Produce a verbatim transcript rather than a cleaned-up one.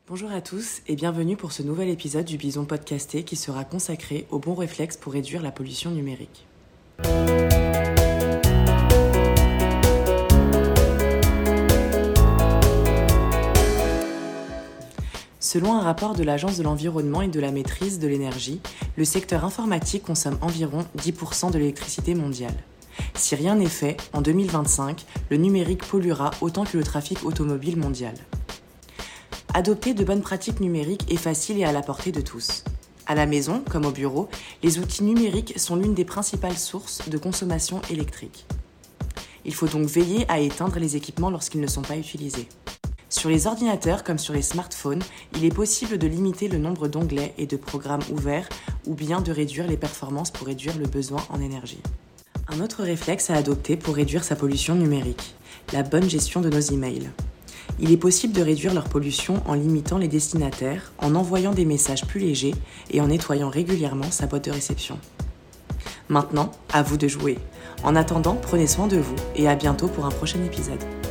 Bonjour à tous et bienvenue pour ce nouvel épisode du Bison Podcasté qui sera consacré aux bons réflexes pour réduire la pollution numérique. Selon un rapport de l'Agence de l'environnement et de la maîtrise de l'énergie, le secteur informatique consomme environ dix pour cent de l'électricité mondiale. Si rien n'est fait, en deux mille vingt-cinq, le numérique polluera autant que le trafic automobile mondial. Adopter de bonnes pratiques numériques est facile et à la portée de tous. À la maison, comme au bureau, les outils numériques sont l'une des principales sources de consommation électrique. Il faut donc veiller à éteindre les équipements lorsqu'ils ne sont pas utilisés. Sur les ordinateurs comme sur les smartphones, il est possible de limiter le nombre d'onglets et de programmes ouverts ou bien de réduire les performances pour réduire le besoin en énergie. Un autre réflexe à adopter pour réduire sa pollution numérique, la bonne gestion de nos emails. Il est possible de réduire leur pollution en limitant les destinataires, en envoyant des messages plus légers et en nettoyant régulièrement sa boîte de réception. Maintenant, à vous de jouer. En attendant, prenez soin de vous et à bientôt pour un prochain épisode.